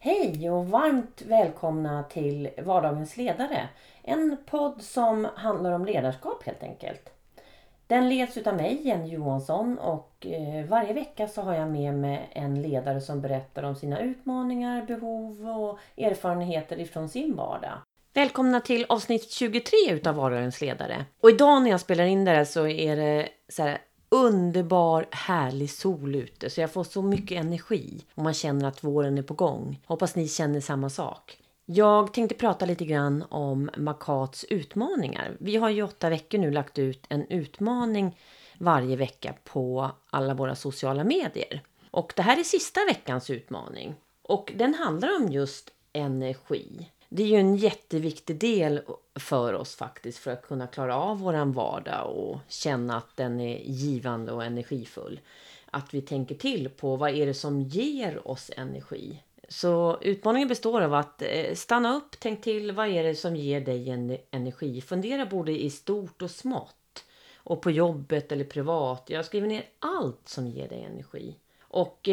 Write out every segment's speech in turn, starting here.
Hej och varmt välkomna till Vardagens ledare. En podd som handlar om ledarskap helt enkelt. Den leds utav mig, Jenny Johansson, och varje vecka så har jag med mig en ledare som berättar om sina utmaningar, behov och erfarenheter ifrån sin vardag. Välkomna till avsnitt 23 utav Vardagens ledare. Och idag när jag spelar in det här så är det så här underbar, härlig sol ute. Så jag får så mycket energi och man känner att våren är på gång. Hoppas ni känner samma sak. Jag tänkte prata lite grann om Makats utmaningar. Vi har ju 8 veckor nu lagt ut en utmaning varje vecka på alla våra sociala medier. Och det här är sista veckans utmaning. Och den handlar om just energi. Det är ju en jätteviktig del för oss faktiskt för att kunna klara av våran vardag och känna att den är givande och energifull. Att vi tänker till på vad är det som ger oss energi. Så utmaningen består av att stanna upp, tänk till vad är det som ger dig energi. Fundera både i stort och smått och på jobbet eller privat. Jag skriver ner allt som ger dig energi. Och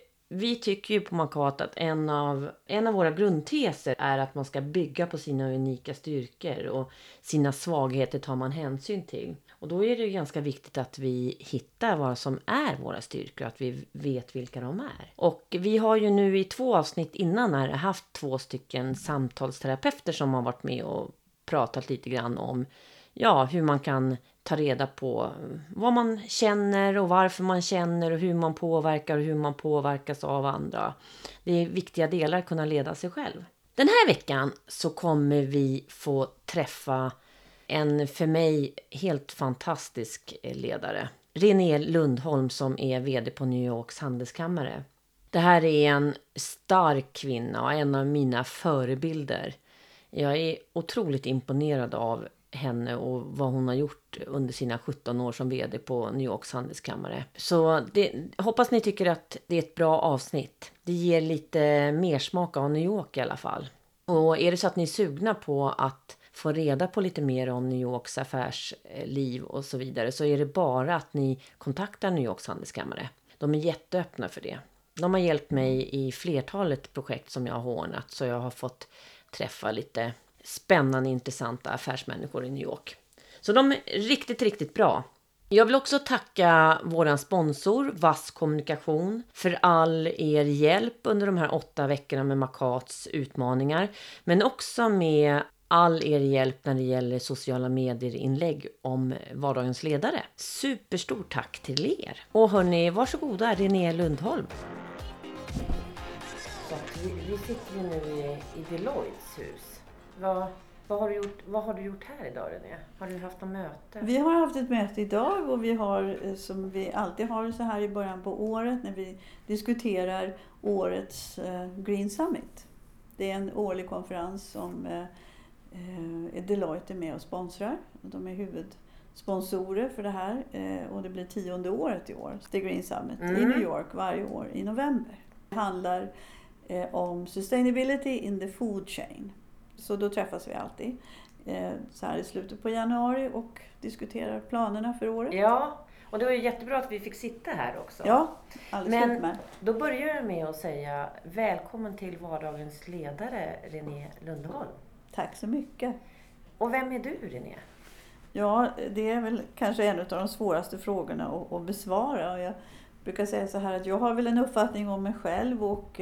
vi tycker ju på Makat att en av våra grundteser är att man ska bygga på sina unika styrkor och sina svagheter tar man hänsyn till. Och då är det ju ganska viktigt att vi hittar vad som är våra styrkor, att vi vet vilka de är. Och vi har ju nu i 2 avsnitt innan här haft 2 stycken samtalsterapeuter som har varit med och pratat lite grann om hur man kan ta reda på vad man känner och varför man känner och hur man påverkar och hur man påverkas av andra. Det är viktiga delar att kunna leda sig själv. Den här veckan så kommer vi få träffa en för mig helt fantastisk ledare. René Lundholm som är vd på New Yorks handelskammare. Det här är en stark kvinna och en av mina förebilder. Jag är otroligt imponerad av henne och vad hon har gjort under sina 17 år som vd på New Yorks handelskammare. Så hoppas ni tycker att det är ett bra avsnitt. Det ger lite mer smak av New York i alla fall. Och är det så att ni är sugna på att få reda på lite mer om New Yorks affärsliv och så vidare så är det bara att ni kontaktar New Yorks handelskammare. De är jätteöppna för det. De har hjälpt mig i flertalet projekt som jag har ordnat så jag har fått träffa lite spännande, intressanta affärsmänniskor i New York. Så de är riktigt, riktigt bra. Jag vill också tacka våran sponsor Vass Kommunikation för all er hjälp under de här 8 veckorna med Makats utmaningar. Men också med all er hjälp när det gäller sociala medier-inlägg om vardagens ledare. Superstort tack till er. Och hörni, varsågoda René Lundholm. Så vi sitter ju nu i Deloittes hus. Vad har du gjort här idag, René? Har du haft något möte? Vi har haft ett möte idag och vi har, som vi alltid har så här i början på året, när vi diskuterar årets Green Summit. Det är en årlig konferens som Deloitte är med och sponsrar. De är huvudsponsorer för det här och det blir 10:e året i år. Det är Green Summit i New York varje år i november. Det handlar om sustainability in the food chain. Så då träffas vi alltid så här i slutet på januari och diskuterar planerna för året. Ja, och det var ju jättebra att vi fick sitta här också. Ja, alldeles Men utmärkt. då börjar jag med att säga välkommen till vardagens ledare René Lundholm. Tack så mycket. Och vem är du, René? Ja, det är väl kanske en av de svåraste frågorna att besvara. Och jag brukar säga så här att jag har väl en uppfattning om mig själv och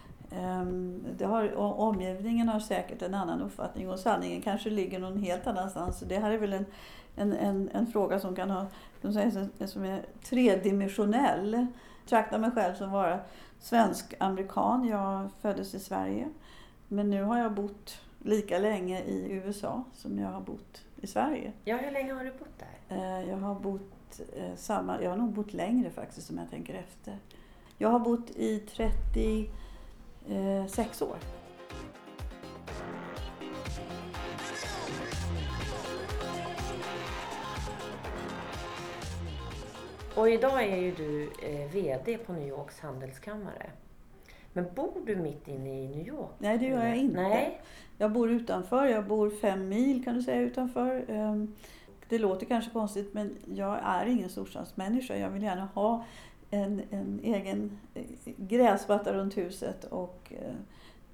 omgivningen har säkert en annan uppfattning och sanningen kanske ligger någon helt annanstans. Så det här är väl en fråga som kan ha, som är tredimensionell. Jag traktar mig själv som vara svensk-amerikan. Jag föddes i Sverige. Men nu har jag bott lika länge i USA som jag har bott i Sverige. Ja, hur länge har du bott där? Jag har nog bott längre faktiskt om jag tänker efter. Jag har bott i 36 år. Och idag är ju du vd på New Yorks handelskammare. Men bor du mitt inne i New York? Nej, det gör jag inte. Nej. Jag bor utanför. Jag bor 5 mil kan du säga utanför. Det låter kanske konstigt men jag är ingen storstadsmänniska. Jag vill gärna ha en egen gräsmatta runt huset och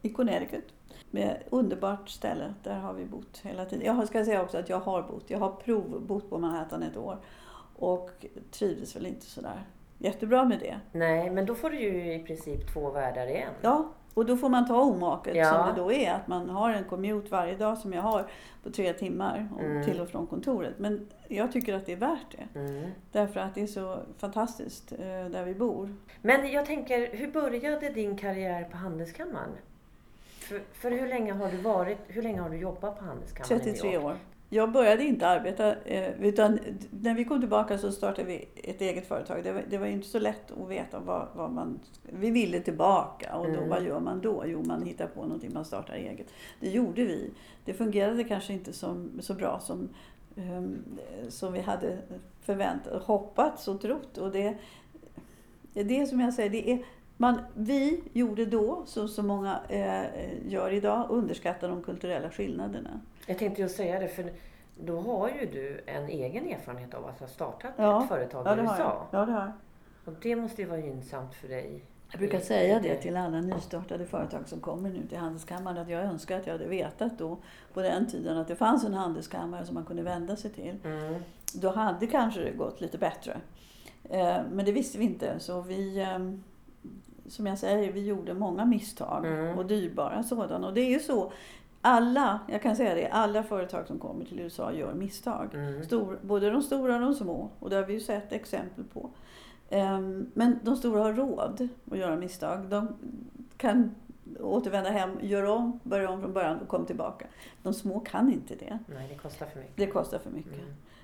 i Connecticut. Med underbart ställe, där har vi bott hela tiden. Jag ska säga också att jag har provbott på Manhattan ett år och trivdes väl inte sådär jättebra med det. Nej, men då får du ju i princip 2 världar igen. Ja, och då får man ta omaket Ja. som det då är. Att man har en commute varje dag som jag har på 3 timmar till och från kontoret. Men jag tycker att det är värt det. Därför att det är så fantastiskt där vi bor. Men jag tänker, hur började din karriär på Handelskammaren? För hur länge har du jobbat på Handelskammaren 33 år. Jag började inte arbeta, utan när vi kom tillbaka så startade vi ett eget företag. Det var ju inte så lätt att veta vad man... Vi ville tillbaka och då, vad gör man då? Jo, man hittar på någonting, man startar eget. Det gjorde vi. Det fungerade kanske inte så bra som vi hade förväntat, hoppats och trott. Och det som jag säger, vi gjorde då, så många gör idag, underskattar de kulturella skillnaderna. Jag tänkte ju säga det, för då har ju du en egen erfarenhet av att ha startat ett företag i USA. Ja, det har jag. Och det måste ju vara gynnsamt för dig. Jag brukar säga det till alla nystartade företag som kommer nu till Handelskammaren, att jag önskar att jag hade vetat då på den tiden att det fanns en handelskammare som man kunde vända sig till. Då hade kanske det gått lite bättre. Men det visste vi inte, så vi... Som jag säger, vi gjorde många misstag och dyrbara sådana. Och det är ju så, jag kan säga det, alla företag som kommer till USA gör misstag. Både de stora och de små. Och det har vi ju sett exempel på. Men de stora har råd att göra misstag. De kan återvända hem, börja om från början och komma tillbaka. De små kan inte det. Nej, det kostar för mycket. Det kostar för mycket.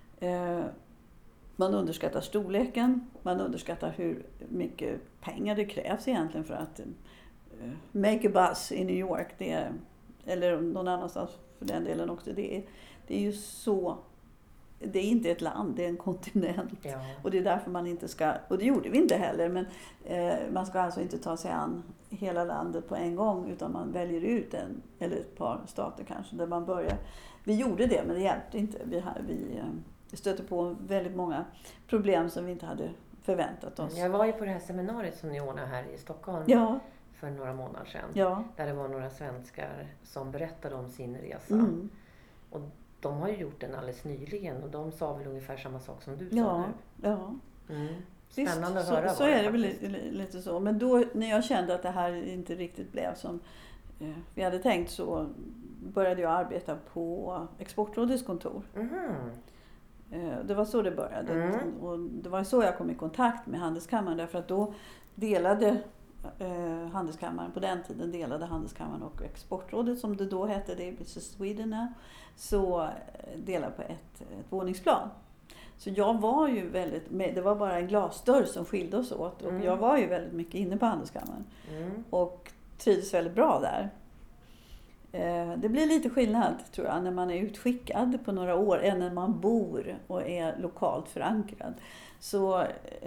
Man underskattar storleken, man underskattar hur mycket pengar det krävs egentligen för att make a buzz i New York, eller någon annanstans för den delen också. Det är ju så, det är inte ett land, det är en kontinent. Ja. Och det är därför man inte ska, och det gjorde vi inte heller, men man ska alltså inte ta sig an hela landet på en gång, utan man väljer ut en eller ett par stater kanske där man börjar. Vi gjorde det, men det hjälpte inte. Vi stötte på väldigt många problem som vi inte hade förväntat oss. Jag var ju på det här seminariet som ni ordnade här i Stockholm för några månader sedan. Ja. Där det var några svenskar som berättade om sin resa. Och de har ju gjort den alldeles nyligen och de sa väl ungefär samma sak som du sa nu. Ja. Spännande Visst, att höra. Så är det väl lite så. Men då när jag kände att det här inte riktigt blev som vi hade tänkt, så började jag arbeta på Exportrådets kontor. Det var så det började. Och det var så jag kom i kontakt med Handelskammaren, därför att då delade Handelskammaren, på den tiden delade Handelskammaren och Exportrådet, som det då hette, det är Business Sweden, så delade på ett våningsplan. Så jag var ju det var bara en glasdörr som skilde oss åt, och jag var ju väldigt mycket inne på Handelskammaren och trivdes väldigt bra där. Det blir lite skillnad, tror jag, när man är utskickad på några år än när man bor och är lokalt förankrad. Så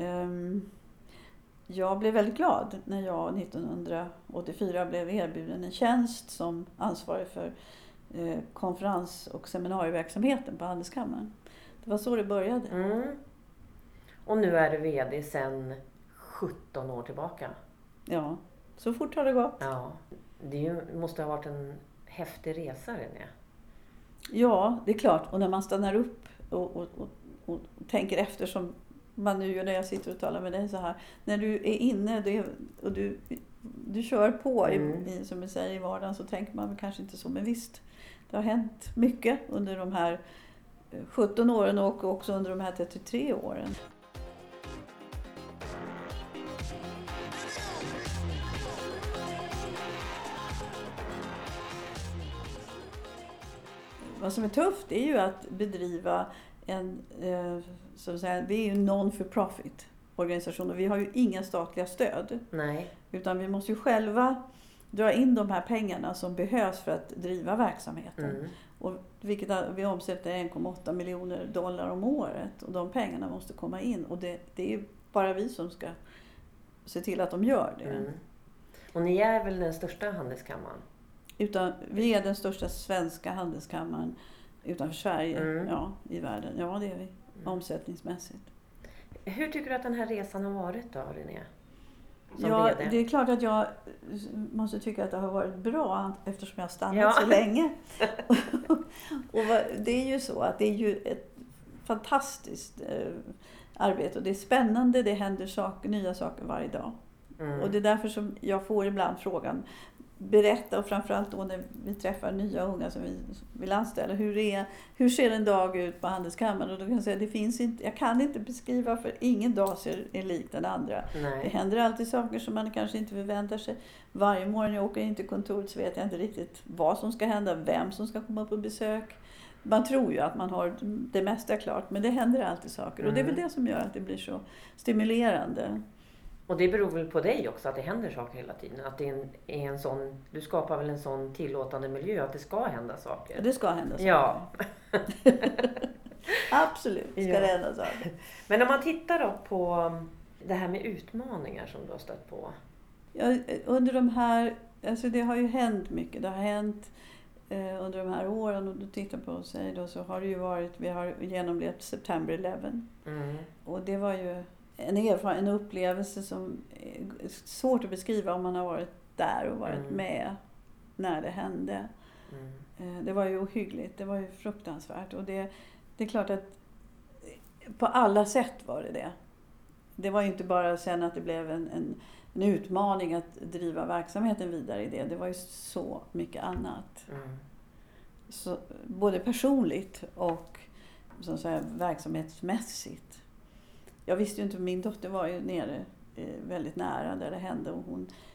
jag blev väldigt glad när jag 1984 blev erbjuden en tjänst som ansvarig för konferens- och seminarieverksamheten på Handelskammaren. Det var så det började. Och nu är du vd sedan 17 år tillbaka. Ja, så fort har det gått. Ja, det måste ha varit en häftig resa, René. Ja, det är klart. Och när man stannar upp och tänker efter, som man nu gör när jag sitter och talar med dig så här. När du är inne och du kör på som jag säger, i vardagen, så tänker man väl kanske inte så. Men visst, det har hänt mycket under de här 17 åren och också under de här 33 åren. Vad som är tufft är ju att bedriva så att säga, vi är ju non-for-profit organisation och vi har ju inga statliga stöd. Nej. Utan vi måste ju själva dra in de här pengarna som behövs för att driva verksamheten. Och vilket vi omsätter $1,8 miljoner om året, och de pengarna måste komma in, och det är ju bara vi som ska se till att de gör det. Och ni är väl den största handelskammaren? Vi är den största svenska handelskammaren utanför Sverige, i världen. Ja, det är vi, omsättningsmässigt. Hur tycker du att den här resan har varit då, René? som Ja, VD? det är klart att jag måste tycka att det har varit bra eftersom jag har stannat Ja. så länge. Och det är ju så att det är ju ett fantastiskt arbete och det är spännande, det händer nya saker varje dag. Och det är därför som jag får ibland frågan, berätta, och framförallt då när vi träffar nya unga som vi vill anställa, hur ser en dag ut på Handelskammaren? Och då kan jag säga, jag kan inte beskriva, för ingen dag är lik den andra. Nej. Det händer alltid saker som man kanske inte förväntar sig. Varje morgon jag åker in till kontoret så vet jag inte riktigt vad som ska hända, vem som ska komma på besök. Man tror ju att man har det mesta klart, men det händer alltid saker. Och det är väl det som gör att det blir så stimulerande. Och det beror väl på dig också att det händer saker hela tiden. Att det är en sån, du skapar väl en sån tillåtande miljö att det ska hända saker. Det ska hända saker. Ja. Absolut ska det hända saker. Men om man tittar då på det här med utmaningar som du har stött på. Ja, under de här, alltså det har ju hänt mycket. Det har hänt under de här åren, och du tittar på sig då, så har det ju varit, vi har genomlevt September 11. Och det var ju en upplevelse som är svårt att beskriva om man har varit där och varit med när det hände. Det var ju ohyggligt, det var ju fruktansvärt, och det är klart att på alla sätt var det. Det var ju inte bara sen att det blev en utmaning att driva verksamheten vidare i det. Det var ju så mycket annat. Så, både personligt och så att säga, verksamhetsmässigt. Jag visste ju inte, min dotter var ju nere väldigt nära där det hände. Och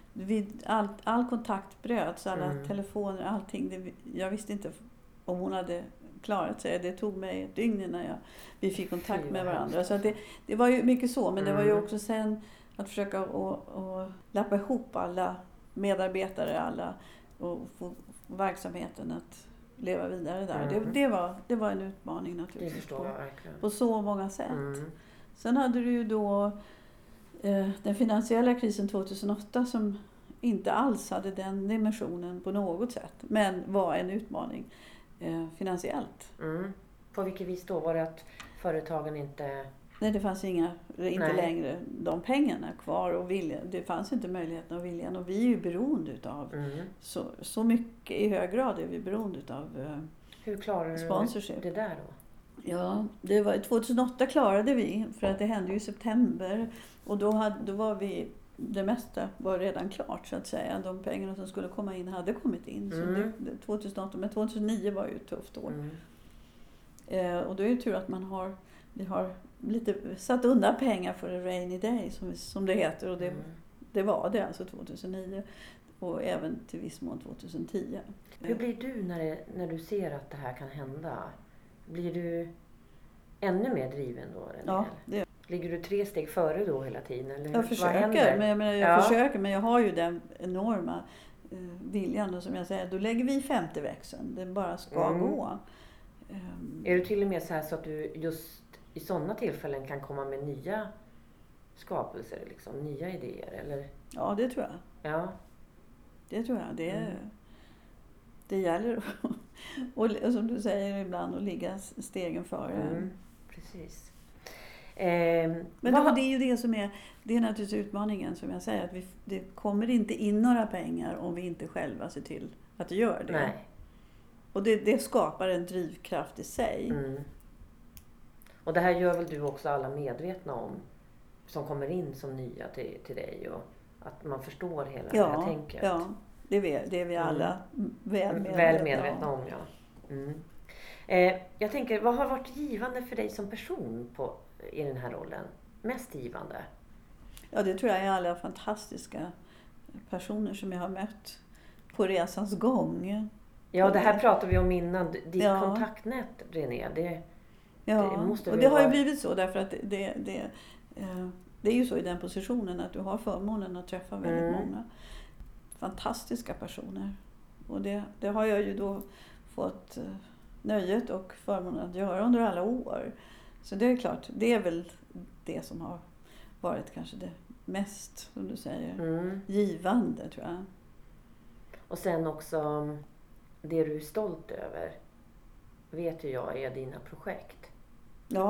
all kontakt bröts, alla telefoner, allting. Jag visste inte om hon hade klarat sig. Det tog mig ett dygn innan vi fick kontakt med varandra. Så att det var ju mycket så, men det var ju också sen att försöka att lappa ihop alla medarbetare, alla, och få verksamheten att leva vidare där. Det var en utmaning naturligtvis. Det förstår jag verkligen. På så många sätt. Sen hade du ju då den finansiella krisen 2008 som inte alls hade den dimensionen på något sätt, men var en utmaning finansiellt. På vilket vis då? Var det att företagen inte... Nej, det fanns inte längre de pengarna kvar, och det fanns inte möjligheten och viljan, och vi är ju beroende utav så mycket, i hög grad är vi beroende utav Hur klarar sponsorship. Du det där då? Ja, 2008 klarade vi, för att det hände ju i september, och då var vi, det mesta var redan klart så att säga. De pengarna som skulle komma in hade kommit in. Så 2008, men 2009 var ju ett tufft år. Och då är det tur att vi har lite satt undan pengar för en rainy day som det heter, och det var det alltså 2009 och även till viss mån 2010. Hur blir du när du ser att det här kan hända? Blir du ännu mer driven då? Ja, det. Ligger du 3 steg före då hela tiden? Eller jag försöker, men jag har ju den enorma viljan, och som jag säger, då lägger vi i 5:e växeln. Det bara ska gå. Är du till och med så här så att du just i sådana tillfällen kan komma med nya skapelser, liksom, nya idéer? Eller? Ja, det tror jag. Ja. Det tror jag. Det gäller och som du säger ibland att ligga stegen före. Precis. Men det är ju det som är naturligtvis utmaningen, som jag säger, att det kommer inte in några pengar om vi inte själva ser till att det gör det. Nej. Och det skapar en drivkraft i sig. Och det här gör väl du också alla medvetna om som kommer in som nya till dig, och att man förstår hela det här tänket. Ja, det är vi alla väl medvetna om. Jag tänker, vad har varit givande för dig som person i den här rollen? Mest givande? Ja, det tror jag är alla fantastiska personer som jag har mött på resans gång. Ja, det här pratar vi om innan. Ditt kontaktnät, René, det måste och det har ju blivit så, därför att det är ju så i den positionen att du har förmånen att träffa väldigt många fantastiska personer. Och det har jag ju då fått nöjet och förmånen att göra under alla år. Så det är klart, det är väl det som har varit kanske det mest, som du säger, givande, tror jag. Och sen också det du är stolt över, vet ju jag, är dina projekt. Ja.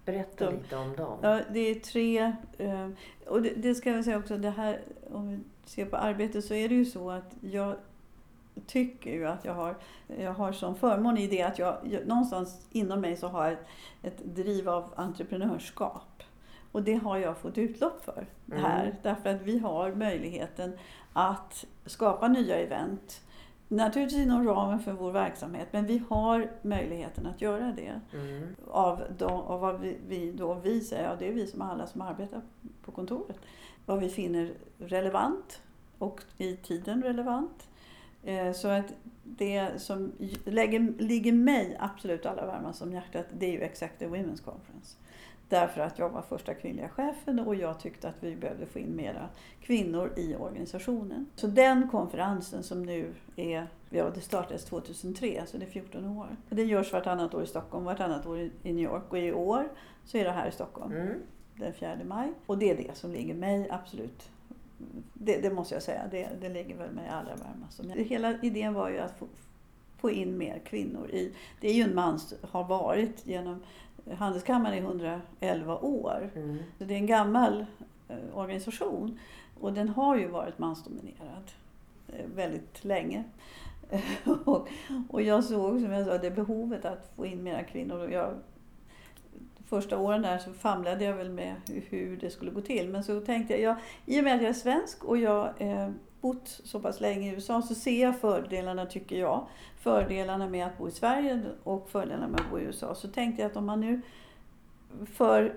Berätta lite om dem. Ja, det är 3. Och det ska jag säga också, det här, om vi ser på arbetet så är det ju så att jag tycker ju att jag har som förmån i det att jag någonstans inom mig så har ett driv av entreprenörskap. Och det har jag fått utlopp för här. Därför att vi har möjligheten att skapa nya event. Naturligtvis inom ramen för vår verksamhet, men vi har möjligheten att göra det. Av vad vi säger, ja, det är vi som alla som arbetar på kontoret. Vad vi finner relevant och i tiden relevant. Så att det som ligger mig absolut allra varmast om hjärtat, det är ju Executive Women's Conference. Därför att jag var första kvinnliga chefen och jag tyckte att vi behövde få in mera kvinnor i organisationen. Så den konferensen som nu är, det startades 2003, så det är 14 år. Det görs vartannat år i Stockholm, vartannat år i New York och i år så är det här i Stockholm den 4 maj. Och det är det som ligger mig absolut, det måste jag säga, det ligger väl mig allra varmast. Hela idén var ju att få in mer kvinnor i, det är ju har varit genom Handelskammaren i 111 år. Så det är en gammal organisation och den har ju varit mansdominerad väldigt länge. och jag såg, som jag sa, det behovet att få in mera kvinnor. Och första åren där så famlade jag väl med hur det skulle gå till. Men så tänkte jag, i och med att jag är svensk och jag bott så pass länge i USA så ser jag fördelarna, tycker jag. Fördelarna med att bo i Sverige och fördelarna med att bo i USA. Så tänkte jag att om man nu för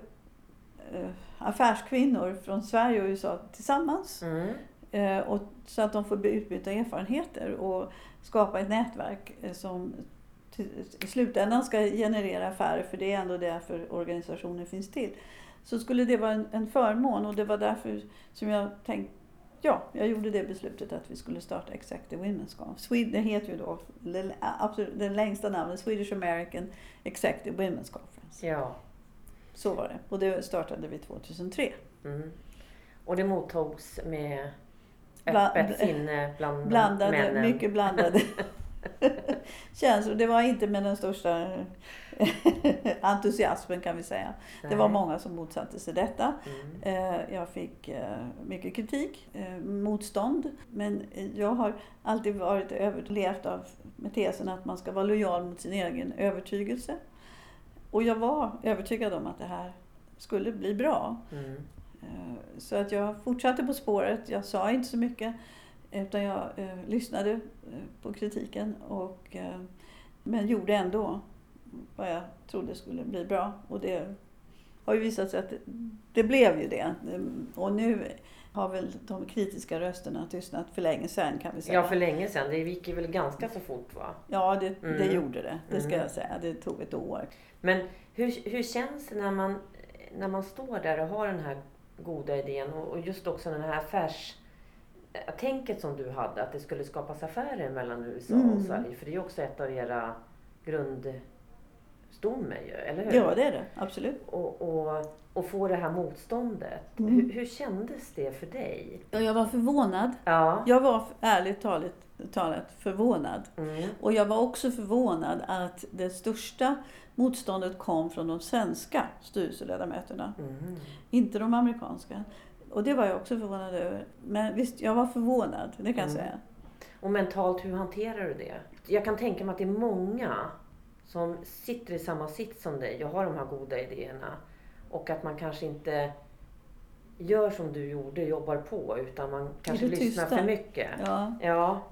affärskvinnor från Sverige och USA tillsammans och så att de får utbyta erfarenheter och skapa ett nätverk som i slutändan ska generera affärer, för det är ändå därför organisationen finns till. Så skulle det vara en förmån och det var därför som jag tänkte, jag gjorde det beslutet att vi skulle starta Executive Women's Conference. Det heter ju då den längsta namnet, Swedish American Executive Women's Conference. Ja. Så var det. Och det startade vi 2003. Och det mottogs med öppet sinne bland männen. Mycket blandade känslor. Det var inte med den största entusiasmen, kan vi säga. Nej. Det var många som motsatte sig detta. Jag fick mycket kritik, motstånd. Men jag har alltid varit överlevt med tesen att man ska vara lojal mot sin egen övertygelse. Och jag var övertygad om att det här skulle bli bra. Så att jag fortsatte på spåret. Jag sa inte så mycket, utan jag lyssnade på kritiken men gjorde ändå vad jag trodde skulle bli bra. Och det har ju visat sig att det blev ju det. Och nu har väl de kritiska rösterna tystnat för länge sedan, kan vi säga. Ja, för länge sedan. Det gick ju väl ganska så fort, va? Ja, det gjorde det. Det ska jag säga. Det tog ett år. Men hur känns det när man står där och har den här goda idén och just också den här tänket som du hade, att det skulle skapas affärer mellan USA och Sverige, för det är ju också ett av era grundstommar, eller hur? Ja, det är det, absolut. Och få det här motståndet. Hur kändes det för dig? Jag var förvånad. Ja. Jag var ärligt talat förvånad. Och jag var också förvånad att det största motståndet kom från de svenska styrelseledamöterna. Inte de amerikanska. Och det var jag också förvånad över. Men visst, jag var förvånad, det kan jag säga. Och mentalt, hur hanterar du det? Jag kan tänka mig att det är många som sitter i samma sitt som dig och har de här goda idéerna. Och att man kanske inte gör som du gjorde, jobbar på, utan man kanske lyssnar för mycket. Ja.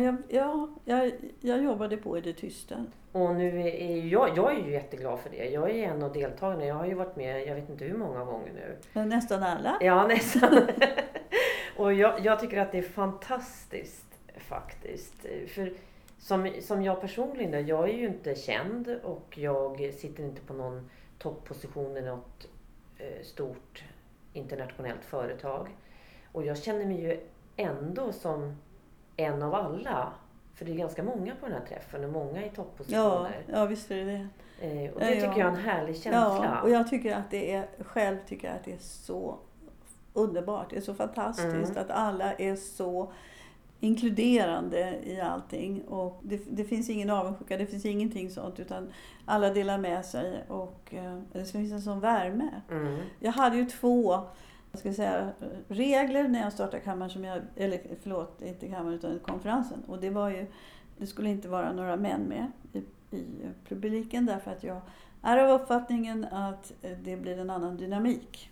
Jag jobbade på i det tysta. Och nu är jag är ju jätteglad för det. Jag är en av deltagarna. Jag har ju varit med, jag vet inte hur många gånger nu. Men nästan alla? Ja, nästan. Och jag tycker att det är fantastiskt faktiskt. För som jag personligen då, jag är ju inte känd och jag sitter inte på någon toppposition i något stort internationellt företag. Och jag känner mig ju ändå som en av alla. För det är ganska många på den här träffen och många i topppositioner. Ja, visst är det det. Och det tycker jag är en härlig känsla. Ja, och jag tycker att det är så underbart. Det är så fantastiskt att alla är så inkluderande i allting. Och det finns ingen avundsjuka, det finns ingenting sånt, utan alla delar med sig och det finns en sån värme. Jag hade ju 2 regler när jag startade kammaren inte kammaren utan konferensen. Och det var ju, det skulle inte vara några män med i publiken, därför att jag är av uppfattningen att det blir en annan dynamik.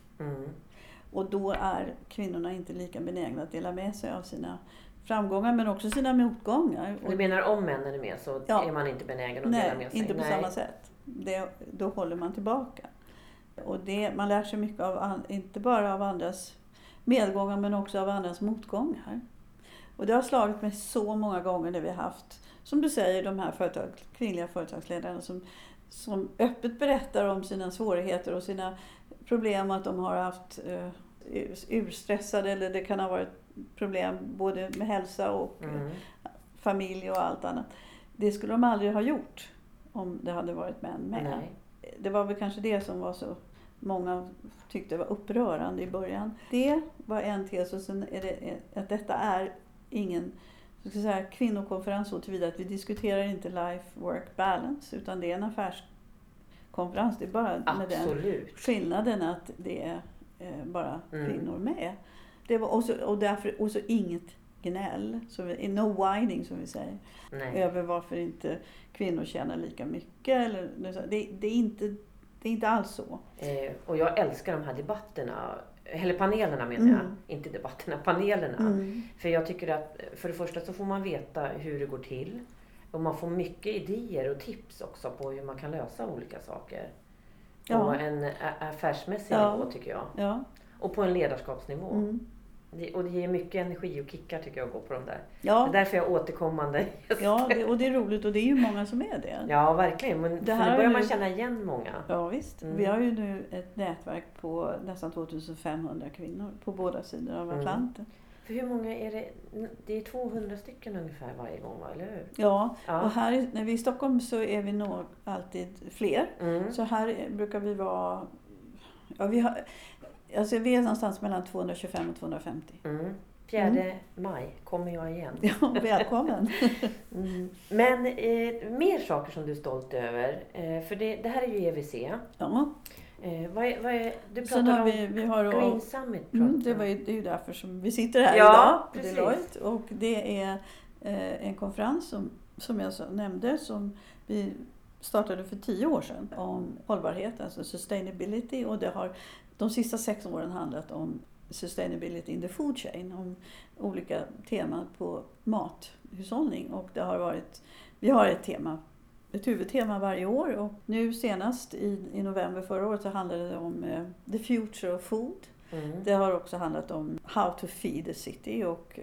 Och då är kvinnorna inte lika benägna att dela med sig av sina framgångar men också sina motgångar. Du menar om männen är med så är man inte benägen att dela med sig? Inte på samma sätt. Då håller man tillbaka. Och man lär sig mycket inte bara av andras medgångar men också av andras motgångar. Och det har slagit mig så många gånger när vi har haft, som du säger, de här kvinnliga företagsledarna som öppet berättar om sina svårigheter och sina problem, att de har haft urstressade, eller det kan ha varit problem både med hälsa och familj och allt annat. Det skulle de aldrig ha gjort om det hade varit män med. Nej. Det var väl kanske det som var så många tyckte var upprörande i början. Det var en tes, och sen är det att detta är ingen kvinnokonferens så tillvida att vi diskuterar inte life-work balance, utan det är en affärskonferens. Det är bara med den skillnaden att det är bara kvinnor med. Det var och så inget gnäll, no whining som vi säger. Nej. Över varför inte kvinnor tjänar lika mycket. Eller, det är inte alls så. Och jag älskar de här debatterna, eller panelerna menar jag, inte debatterna, panelerna. För jag tycker att för det första så får man veta hur det går till. Och man får mycket idéer och tips också på hur man kan lösa olika saker. På en affärsmässig nivå tycker jag. Ja. Och på en ledarskapsnivå. Och det ger mycket energi och kickar tycker jag att gå på de där. Ja. Det är därför jag återkommande. Ja, och det är roligt, och det är ju många som är det. Ja, verkligen. Men nu börjar man känna igen många. Ja, visst. Vi har ju nu ett nätverk på nästan 2500 kvinnor på båda sidor av Atlanten. För hur många är det? Det är 200 stycken ungefär varje gång, eller hur? Ja. Och här när vi är i Stockholm så är vi nog alltid fler. Så här brukar vi vara... Ja, vi är någonstans mellan 225 och 250. 4 maj kommer jag igen. Ja, välkommen. Men mer saker som du är stolt över. För det här är ju EVC. Ja. Vad är, du pratar vi har Green Summit. Det är ju därför som vi sitter här idag. Precis. Deloitte, och det är en konferens som jag nämnde som vi startade för 10 år sedan om hållbarhet, alltså sustainability, och det har de sista 6 åren handlat om sustainability in the food chain, om olika teman på mathushållning, och vi har ett huvudtema varje år, och nu senast i november förra året så handlade det om the future of food. Det har också handlat om how to feed the city och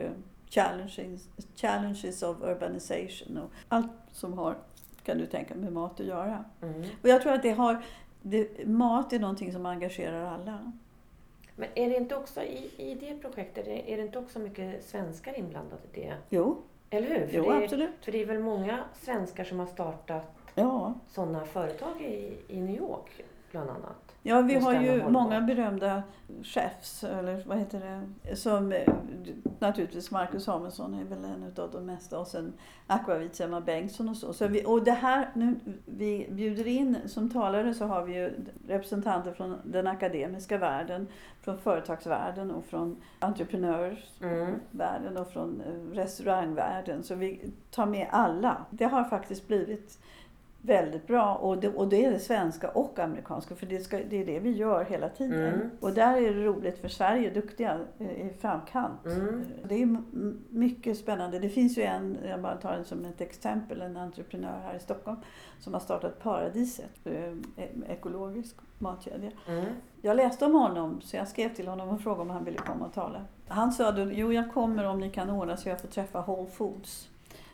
challenges of urbanization och allt som har, kan du tänka, med mat att göra. Och jag tror att mat är någonting som engagerar alla. Men är det inte också i det projektet, är det inte också mycket svenskar inblandade i det? Jo. Eller hur? Jo, absolut. För det är väl många svenskar som har startat sådana företag i New York bland annat. Ja, vi har ju många berömda chefs, eller vad heter det, som naturligtvis Marcus Samuelsson är väl en av de mesta, och sen Aquavits Emma Bengtsson och så. Och det här, nu vi bjuder in som talare, så har vi ju representanter från den akademiska världen, från företagsvärlden och från entreprenörsvärlden och från restaurangvärlden. Så vi tar med alla. Det har faktiskt blivit väldigt bra, och det är det svenska och amerikanska, för det är det vi gör hela tiden. Och där är det roligt, för Sverige är duktiga i framkant. Det är mycket spännande. Det finns ju jag bara tar den som ett exempel, en entreprenör här i Stockholm som har startat Paradiset, ekologisk matkedja. Jag läste om honom, så jag skrev till honom och frågade om han ville komma och tala. Han sa då, jag kommer om ni kan ordna så jag får träffa Whole Foods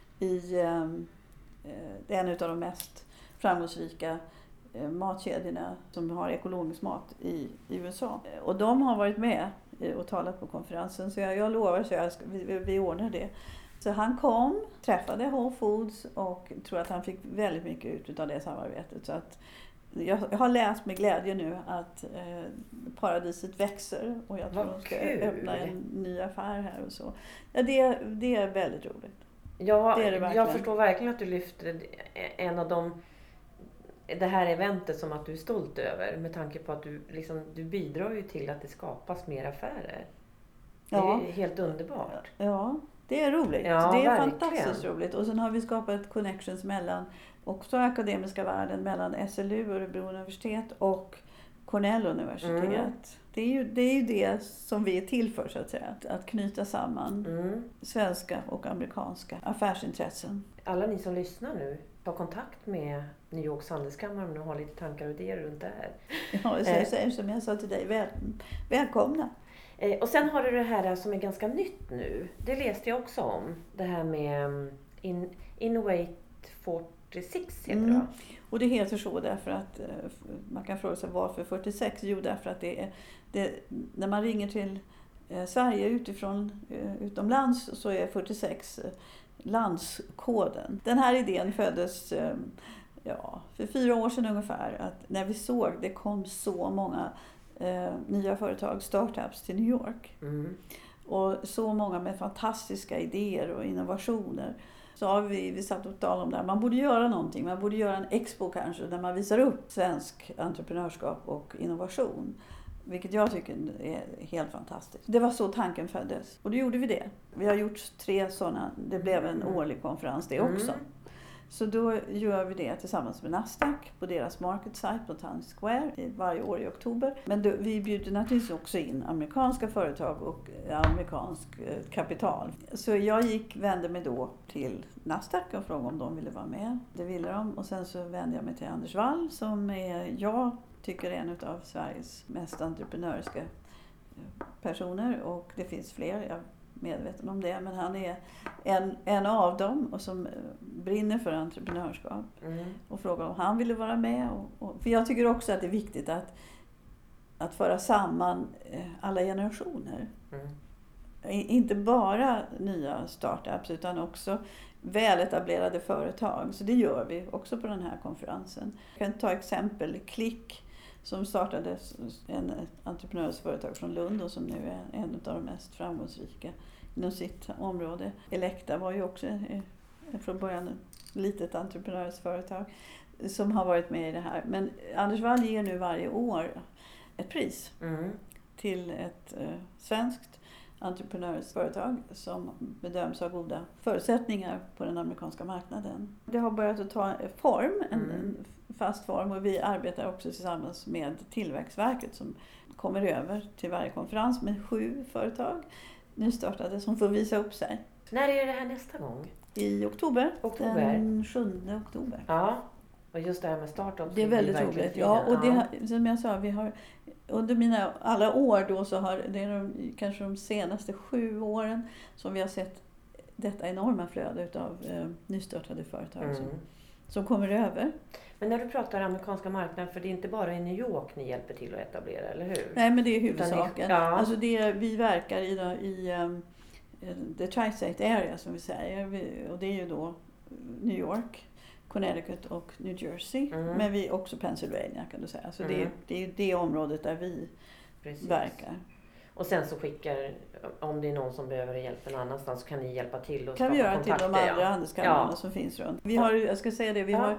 det är en av de mest framgångsrika matkedjorna som har ekologisk mat i USA. Och de har varit med och talat på konferensen, så jag lovar, så vi ordnar det. Så han kom, träffade Whole Foods och tror att han fick väldigt mycket ut av det samarbetet. Så att jag har läst med glädje nu att paradiset växer och jag tror Vad de ska kul. öppna en ny affär här och så. Ja, det är väldigt roligt. Ja, Det är det verkligen. jag förstår verkligen att du lyfter en av det här eventet som att du är stolt över. Med tanke på att du bidrar ju till att det skapas mer affärer. Det är helt underbart. Ja, det är roligt. Ja, det är verkligen. fantastiskt roligt. Och sen har vi skapat connections mellan också akademiska världen, mellan SLU, Örebro universitet och Cornell universitet. Det är ju det som vi är till för, så att säga. Att knyta samman svenska och amerikanska affärsintressen. Alla ni som lyssnar nu, ta kontakt med New Yorks handelskammare om ni har lite tankar och idéer runt det här. Ja, jag säger som jag sa till dig, välkomna. Och sen har du det här som är ganska nytt nu. Det läste jag också om. Det här med Innovate 46 heter det. Och det heter så därför att man kan fråga sig varför 46? Jo, därför att när man ringer till Sverige utomlands så är 46 landskoden. Den här idén föddes för 4 år sedan ungefär. Att när vi såg det kom så många nya företag, startups till New York. Och så många med fantastiska idéer och innovationer. Så har vi satt och talat om det här. Man borde göra någonting. Man borde göra en expo kanske där man visar upp svensk entreprenörskap och innovation. Vilket jag tycker är helt fantastiskt. Det var så tanken föddes. Och då gjorde vi det. Vi har gjort 3 sådana. Det blev en årlig konferens det också. Så då gör vi det tillsammans med Nasdaq på deras market site på Times Square varje år i oktober. Men vi bjuder naturligtvis också in amerikanska företag och amerikansk kapital. Så jag vände mig då till Nasdaq och frågade om de ville vara med. Det ville de. Och sen så vände jag mig till Anders Wall som jag tycker är en av Sveriges mest entreprenöriska personer. Och det finns fler, jag är medveten om det. Men han är en av dem och som brinner för entreprenörskap. Och frågade om han ville vara med. För jag tycker också att det är viktigt att föra samman alla generationer. Inte bara nya startups utan också väletablerade företag. Så det gör vi också på den här konferensen. Jag kan ta exempel Klick som startade ett entreprenörsföretag från Lund och som nu är en av de mest framgångsrika inom sitt område. Elekta var ju också från början ett litet entreprenörsföretag som har varit med i det här. Men Anders Wall ger nu varje år ett pris till ett svenskt entreprenörsföretag som bedöms ha goda förutsättningar på den amerikanska marknaden. Det har börjat att ta form, en fast form, och vi arbetar också tillsammans med Tillväxtverket som kommer över till varje konferens med 7 företag nystartade som får visa upp sig. När är det här nästa gång? I oktober. Oktober. Den 7 oktober. Ja, och just det här med startups. Det är väldigt roligt. Ja, och det, som jag sa, vi har under mina alla år då så har det kanske de senaste 7 åren som vi har sett detta enorma flöde utav nystartade företag som kommer över. Men när du pratar amerikanska marknaden, för det är inte bara i New York ni hjälper till att etablera, eller hur? Nej, men det är huvudsaken. Ja. Alltså vi verkar i the Tri-State area som vi säger, och det är ju då New York, Connecticut och New Jersey, men vi också Pennsylvania kan du säga. Så det är ju det området där vi verkar. Och sen så om det är någon som behöver hjälp en annanstans så kan ni hjälpa till och kan vi göra kontakter, till de andra handelskamrarna som finns runt. Vi har, jag ska säga det, vi har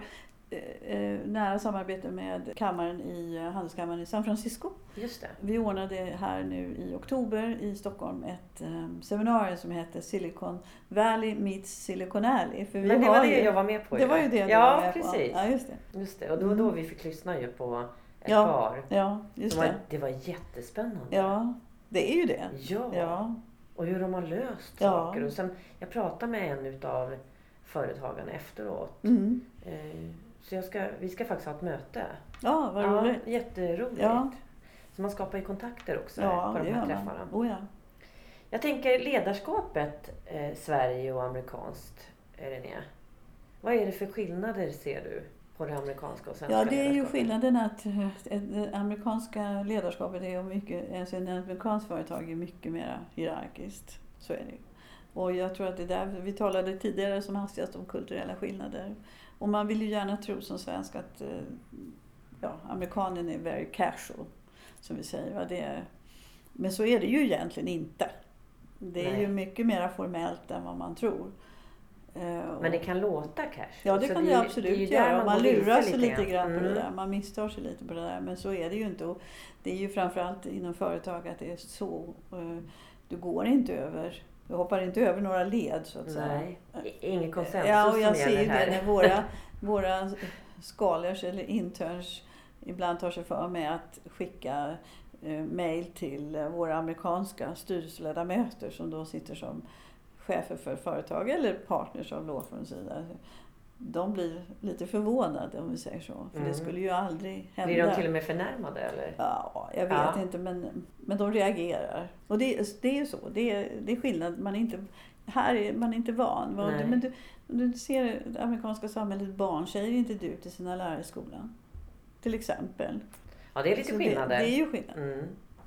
nära samarbete med handelskammaren i San Francisco. Just det. Vi ordnade här nu i oktober i Stockholm ett seminarium som heter Silicon Valley meets Silicon Alley. För men det var det jag var med på. Det var ju det du var med precis. på. Ja, just det. Och då vi fick lyssna ju på ett par. Ja, just det. Det var jättespännande. Ja, det är ju det. Ja. Och hur de har löst saker. Och sen, jag pratade med en utav företagarna efteråt. Så vi ska faktiskt ha ett möte. Ja, vad roligt. Jätteroligt. Ja. Så man skapar ju kontakter också på de här träffarna. Ja. Jag tänker ledarskapet Sverige och amerikanskt, René. Vad är det för skillnader ser du på det amerikanska och svenska ledarskapet? Ja, det är ju skillnaden att det amerikanska ledarskapet är mycket, alltså en amerikansk företag är mycket mer hierarkiskt. Så är det. Och jag tror att det där, vi talade tidigare som hastigast om kulturella skillnader. Och man vill ju gärna tro som svensk att amerikanen är very casual, som vi säger. Va? Men så är det ju egentligen inte. Det är ju mycket mer formellt än vad man tror. Men det kan låta cash. Ja, det kan det absolut göra. Man lurar sig lite grann på det där. Mm. Man misstar sig lite på det där. Men så är det ju inte. Och det är ju framförallt inom företag att det är så. Du går inte över. Du hoppar inte över några led, så att säga. Nej, ingen konsensus. Ja, och jag som ser ju här. det när våra scholars eller interns ibland tar sig för med att skicka mejl till våra amerikanska styrelseledamöter som då sitter som chefer för företag eller partners av law firms sida. De blir lite förvånade, om vi säger så. För det skulle ju aldrig hända. Blir de till och med förnärmade eller? Ja, jag vet inte, men de reagerar. Och det är ju så. Det är skillnad. Här är man inte van. Men du ser det amerikanska samhället, barn säger inte du till sina lärare i skolan. Till exempel. Ja, det är lite skillnader. Det är ju skillnad. Mm.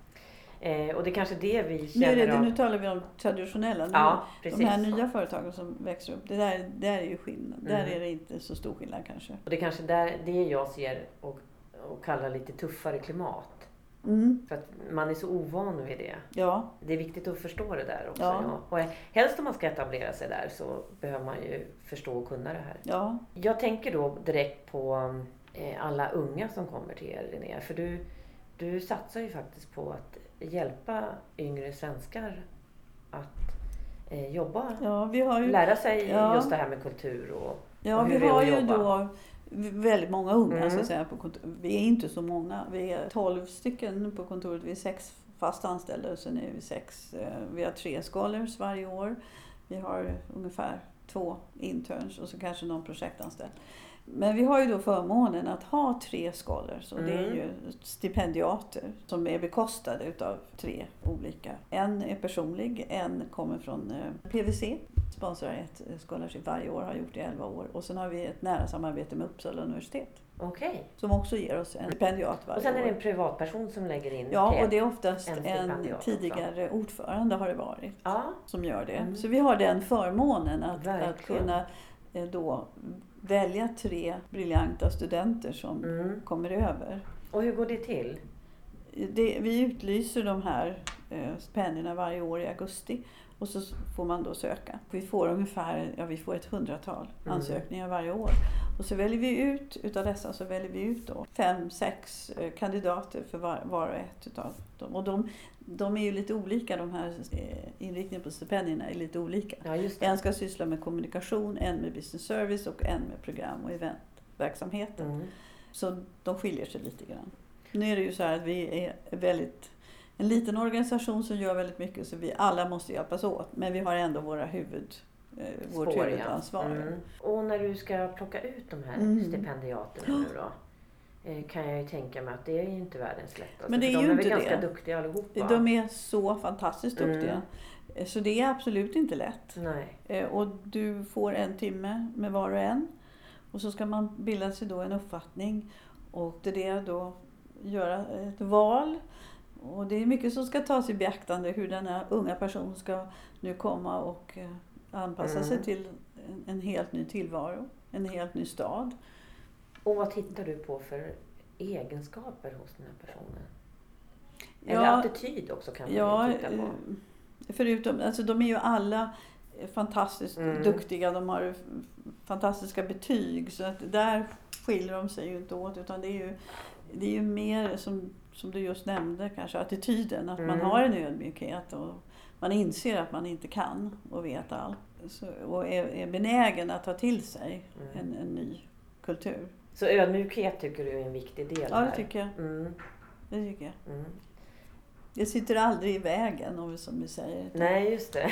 Och det är kanske det vi känner Nu talar vi om traditionella. Ja, precis. De här nya företagen som växer upp, det där är ju skillnad. Där är det inte så stor skillnad kanske. Och det är kanske det jag ser och kallar lite tuffare klimat. Mm. För att man är så ovan vid det. Ja. Det är viktigt att förstå det där också. Ja. Ja. Och helst om man ska etablera sig där så behöver man ju förstå och kunna det här. Ja. Jag tänker då direkt på alla unga som kommer till er, Linnea. För du satsar ju faktiskt på att hjälpa yngre svenskar att jobba. Ja, vi har ju, lära sig just det här med kultur och hur vi har ju jobba. då väldigt många unga så att säga på kontor. Vi är inte så många. Vi är 12 stycken på kontoret. Vi är 6 fast anställda och sen är vi 6. Vi har 3 scholars varje år. Vi har ungefär 2 interns och så kanske någon projektanställd. Men vi har ju då förmånen att ha 3 scholars och det är ju stipendiater som är bekostade utav 3 olika. En är personlig, en kommer från PwC, sponsrar ett scholarship varje år, har gjort det i 11 år. Och sen har vi ett nära samarbete med Uppsala universitet. Okej. Som också ger oss en stipendiat varje år. Och sen är det en privatperson som lägger in Ja, och det är oftast en tidigare ordförande har det varit som gör det. Mm. Så vi har den förmånen att kunna då välja 3 briljanta studenter som kommer över. Och hur går det till? Vi utlyser de här stipendierna varje år i augusti och så får man då söka. Vi får vi får ett 100-tal ansökningar varje år. Och så väljer vi ut, utav dessa så väljer vi ut då 5-6 kandidater för var och ett utav dem. Och de är ju lite olika, de här inriktningen på stipendierna är lite olika. Ja, just det. En ska syssla med kommunikation, en med business service och en med program- och eventverksamheten. Så de skiljer sig lite grann. Nu är det ju så här att vi är en liten organisation som gör väldigt mycket så vi alla måste hjälpas åt. Men vi har ändå vårt huvudansvar. Och när du ska plocka ut de här stipendiaterna nu då? Kan jag ju tänka mig att det är ju inte världens lättaste. Men det är ju de är inte väl ganska det. duktiga allihopa. De är så fantastiskt duktiga. Så det är absolut inte lätt. Nej. Och du får 1 timme med var och en. Och så ska man bilda sig då en uppfattning. Och det då göra ett val. Och det är mycket som ska tas i beaktande hur den här unga personen ska nu komma och anpassa sig till en helt ny tillvaro. En helt ny stad. Och vad tittar du på för egenskaper hos den här personen? Eller attityd också kan man titta på. Förutom, alltså de är ju alla fantastiskt duktiga. De har fantastiska betyg. Så att där skiljer de sig ju inte åt. Utan det är ju mer som du just nämnde kanske attityden. Att man har en ödmjukhet och man inser att man inte kan och vet allt. Och är benägen att ta till sig en ny kultur. Så ödmjukhet tycker du är en viktig del här? Ja, det tycker jag. Det tycker jag. Det sitter aldrig i vägen, som vi säger. Nej, just det.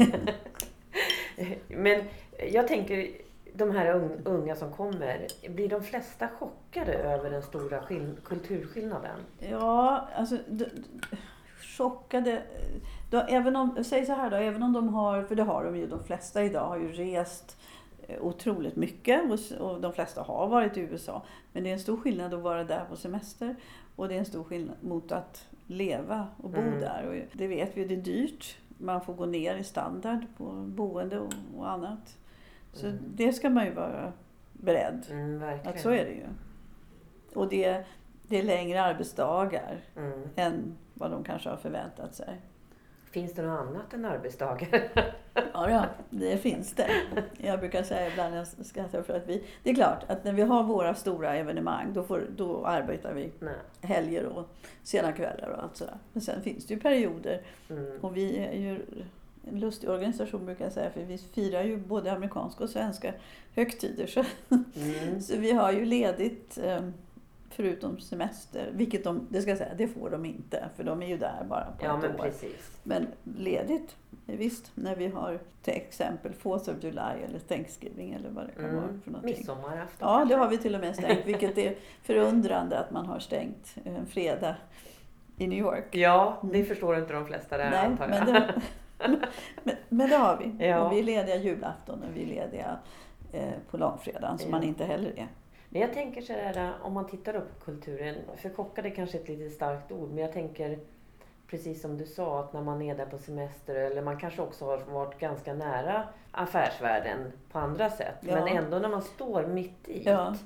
Men jag tänker, de här unga som kommer, blir de flesta chockade över den stora kulturskillnaden? Ja, alltså chockade. Även om de har, för det har de ju, de flesta idag har ju rest otroligt mycket och de flesta har varit i USA. Men det är en stor skillnad att vara där på semester och det är en stor skillnad mot att leva och bo där. Och det vet vi, det är dyrt. Man får gå ner i standard på boende och annat. Så det ska man ju vara beredd. Verkligen. Att så är det ju. Och det är längre arbetsdagar Mm. än vad de kanske har förväntat sig. Finns det något annat än arbetsdagar? Ja, det finns det. Jag brukar säga ibland, jag skrattar för att det är klart att när vi har våra stora evenemang då arbetar vi Nej. helger och sena kvällar och allt sådär. Men sen finns det ju perioder och vi är ju en lustig organisation brukar jag säga, för vi firar ju både amerikanska och svenska högtider. Så vi har ju ledigt förutom semester, vilket det får de inte, för de är ju där bara på ett år. Precis. Men ledigt, visst, när vi har till exempel 4th of July eller Thanksgiving eller vad det kan vara för någonting. Midsommarafton. Ja, det har vi till och med stängt, vilket är förundrande att man har stängt en fredag i New York. Ja, det förstår inte de flesta där, antar jag. Men det har vi. Ja. Och vi är lediga julafton och vi är lediga på långfredagen, som man inte heller är. Men jag tänker så här, om man tittar upp på kulturen, för chockad är kanske ett lite starkt ord, men jag tänker precis som du sa, att när man är där på semester, eller man kanske också har varit ganska nära affärsvärlden på andra sätt, men ändå när man står mitt i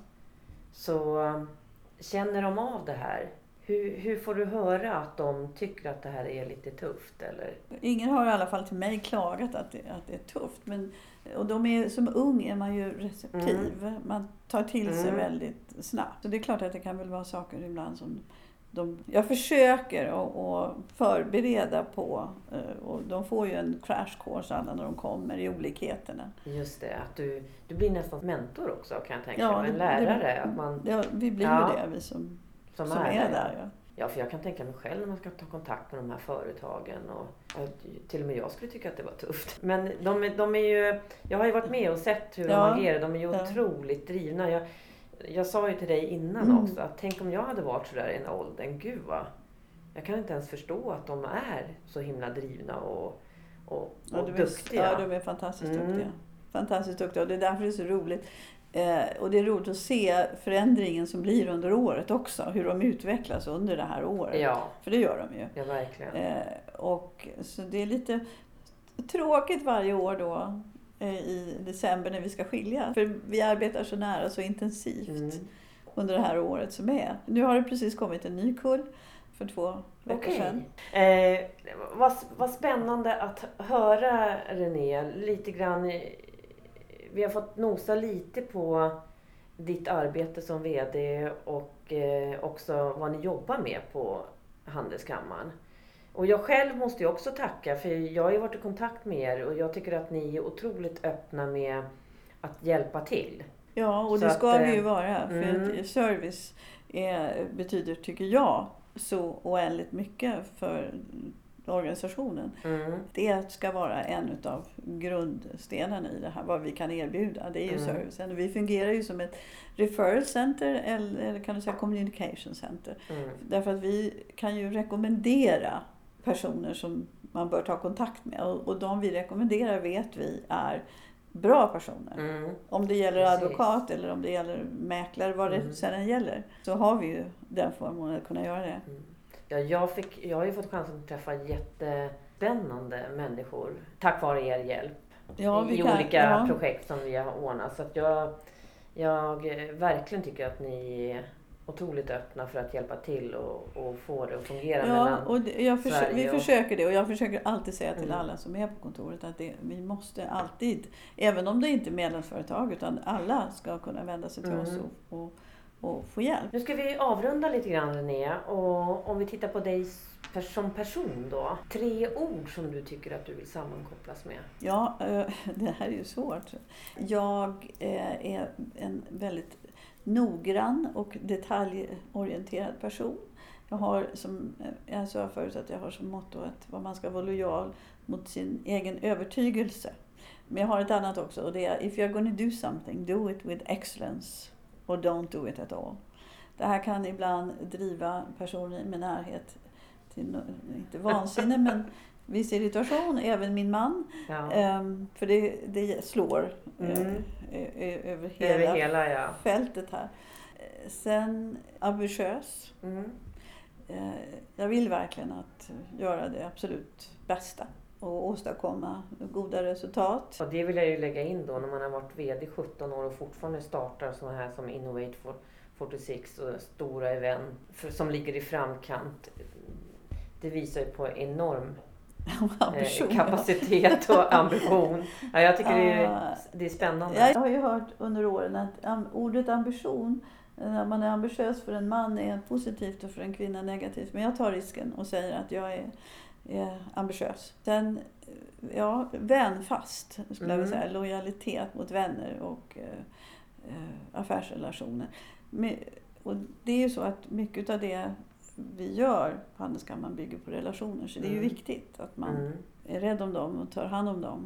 så känner de av det här. Hur får du höra att de tycker att det här är lite tufft? Eller? Ingen har i alla fall till mig klagat att det är tufft. Och som ung är man ju receptiv. Man tar till sig väldigt snabbt. Så det är klart att det kan väl vara saker ibland som jag försöker att förbereda på. Och de får ju en crash course alla när de kommer i olikheterna. Just det, att du blir nästan mentor också, kan jag tänka mig. En lärare. Vi blir ju det, vi som är där. Ja. Ja, för jag kan tänka mig själv när man ska ta kontakt med de här företagen. Och till och med jag skulle tycka att det var tufft. Men de är ju, jag har ju varit med och sett hur de agerar. De är ju otroligt drivna. Jag sa ju till dig innan också att tänk om jag hade varit så där i en åldern. Gud vad. Jag kan inte ens förstå att de är så himla drivna och duktiga. Ja, de är fantastiskt duktiga. Fantastiskt duktiga, och det är därför det är så roligt. Och det är roligt att se förändringen som blir under året också. Hur de utvecklas under det här året. Ja. För det gör de ju. Ja, verkligen. Och så det är lite tråkigt varje år då i december när vi ska skilja. För vi arbetar så nära, så intensivt under det här året som är. Nu har det precis kommit en ny kull för 2 veckor sedan. Vad spännande att höra, René, lite grann. Vi har fått nosa lite på ditt arbete som vd och också vad ni jobbar med på Handelskammaren. Och jag själv måste ju också tacka, för jag har ju varit i kontakt med er och jag tycker att ni är otroligt öppna med att hjälpa till. Ja, och det ska vi ju vara, för att service betyder, tycker jag, så oändligt mycket för organisationen. Det ska vara en av grundstenarna i det här, vad vi kan erbjuda. Det är ju servicen. Och vi fungerar ju som ett referral center eller kan du säga communication center. Därför att vi kan ju rekommendera personer som man bör ta kontakt med. Och de vi rekommenderar vet vi är bra personer. Om det gäller advokat eller om det gäller mäklare, vad det sedan gäller, så har vi ju den förmånen att kunna göra det. Ja, jag har ju fått chansen att träffa jättespännande människor tack vare er hjälp i olika projekt som vi har ordnat. Så att jag verkligen tycker att ni är otroligt öppna för att hjälpa till och få det att fungera mellan och vi försöker det, och jag försöker alltid säga till alla som är på kontoret att vi måste alltid, även om det inte är medlemsföretag, utan alla ska kunna vända sig till oss och få hjälp. Nu ska vi avrunda lite grann, René, och om vi tittar på dig som person då. 3 ord som du tycker att du vill sammankopplas med. Ja, det här är ju svårt. Jag är en väldigt noggrann och detaljorienterad person. Jag har, som jag sa förut, att jag har som motto att man ska vara lojal mot sin egen övertygelse. Men jag har ett annat också, och det är if you're going to do something, do it with excellence or don't do it at all. Det här kan ibland driva personer i min närhet till, inte vansinne, men viss irritation, även min man. Ja. För det slår över hela fältet här. Sen ambitiös. Jag vill verkligen att göra det absolut bästa och åstadkomma goda resultat. Och det vill jag ju lägga in då när man har varit vd 17 år och fortfarande startar sådana här som Innovate 46 och stora event som ligger i framkant. Det visar ju på enorm kapacitet och ambition. Ja, jag tycker det är spännande. Jag har ju hört under åren att ordet ambition, när man är ambitiös för en man är positivt och för en kvinna negativt. Men jag tar risken och säger att jag är ambitiös. Sen, vänfast skulle jag vilja säga. Lojalitet mot vänner och affärsrelationer. Och det är ju så att mycket av det vi gör på Handelskammaren bygger på relationer. Så det är ju viktigt att man är rädd om dem och tar hand om dem.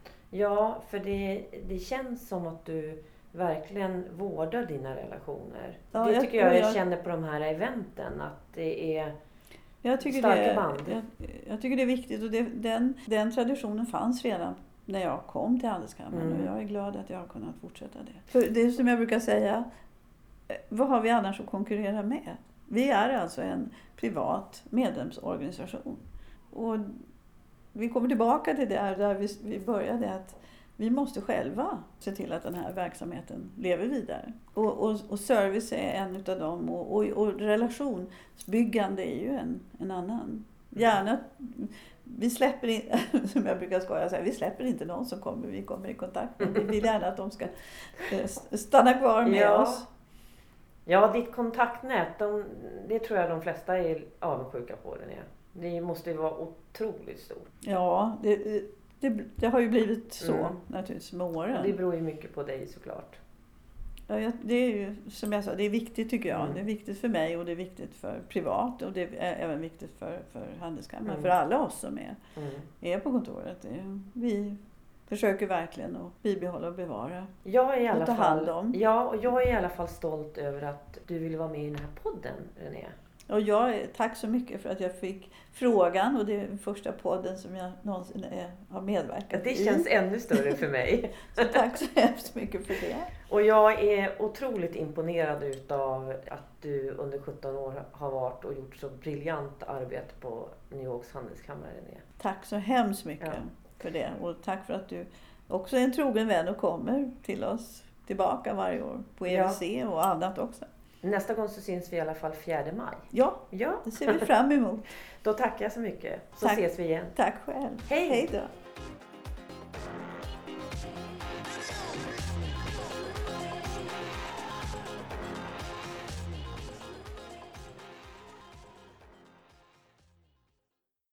Ja, för det känns som att du verkligen vårdar dina relationer. Ja, det tycker jag känner på de här eventen. Att det är starka band. Jag tycker det är viktigt. Och den traditionen fanns redan när jag kom till Handelskammaren. Och jag är glad att jag har kunnat fortsätta det. För det är som jag brukar säga. Vad har vi annars att konkurrera med? Vi är alltså en privat medlemsorganisation. Och vi kommer tillbaka till det här där vi började, att vi måste själva se till att den här verksamheten lever vidare. Och service är en utav dem. Och relationsbyggande är ju en annan. Gärna, vi släpper in, som jag brukar skoja säga, vi släpper inte någon som vi kommer i kontakt med. Vi vill gärna att de ska stanna kvar med oss. Ja, ditt kontaktnät, det tror jag de flesta är avundsjuka på. Det måste ju vara otroligt stort. Ja, det har ju blivit så naturligtvis med åren. Och det beror ju mycket på dig såklart. Ja, det är ju som jag sa, det är viktigt tycker jag. Det är viktigt för mig och det är viktigt för privat och det är även viktigt för Handelskammaren. För alla oss som är på kontoret. Vi försöker verkligen att bibehålla och bevara och ta hand om. Ja, och jag är i alla fall stolt över att du ville vara med i den här podden, René. Och tack så mycket för att jag fick frågan och det är den första podden som jag någonsin har medverkat i. Det känns ännu större för mig. Så tack så hemskt mycket för det. Och jag är otroligt imponerad utav att du under 17 år har varit och gjort så briljant arbete på New Yorks Handelskammare, René. Tack så hemskt mycket för det. Och tack för att du också är en trogen vän och kommer till oss tillbaka varje år på EVC och annat också. Nästa gång så syns vi i alla fall 4 maj. Ja, det ser vi fram emot. Då tackar jag så mycket. Så ses vi igen. Tack själv. Hej! Hej då.